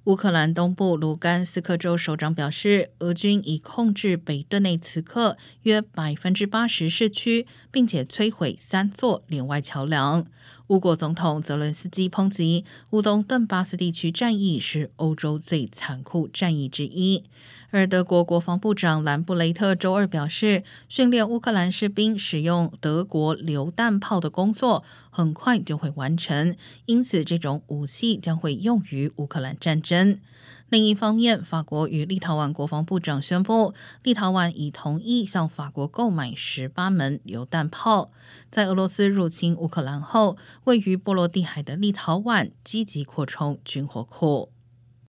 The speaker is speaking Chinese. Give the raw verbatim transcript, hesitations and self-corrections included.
乌克兰东部卢甘斯克州首长表示，俄军已控制北顿内茨克约百分之八十市区，并且摧毁三座连外桥梁。乌国总统泽伦斯基抨击乌东顿巴斯地区战役是欧洲最残酷战役之一。而德国国防部长兰布雷特周二表示，训练乌克兰士兵使用德国榴弹炮的工作很快就会完成，因此这种武器将会用于乌克兰战争。另一方面，法国与立陶宛国防部长宣布，立陶宛已同意向法国购买十八门榴弹炮。在俄罗斯入侵乌克兰后，位于波罗的海的立陶宛积极扩充军火库。